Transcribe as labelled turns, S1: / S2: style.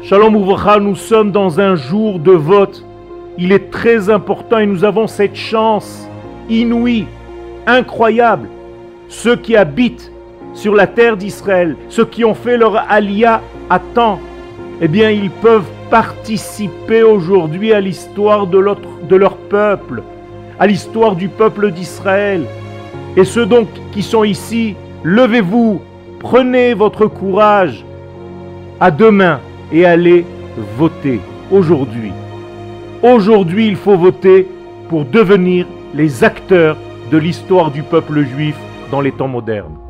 S1: Shalom Uvracha, nous sommes dans un jour de vote. Il est très important et nous avons cette chance inouïe, incroyable. Ceux qui habitent sur la terre d'Israël, ceux qui ont fait leur aliyah à temps, eh bien ils peuvent participer aujourd'hui à l'histoire de leur peuple, à l'histoire du peuple d'Israël. Et ceux donc qui sont ici, levez-vous, prenez votre courage à deux mains et allez voter aujourd'hui. Aujourd'hui, il faut voter pour devenir les acteurs de l'histoire du peuple juif dans les temps modernes.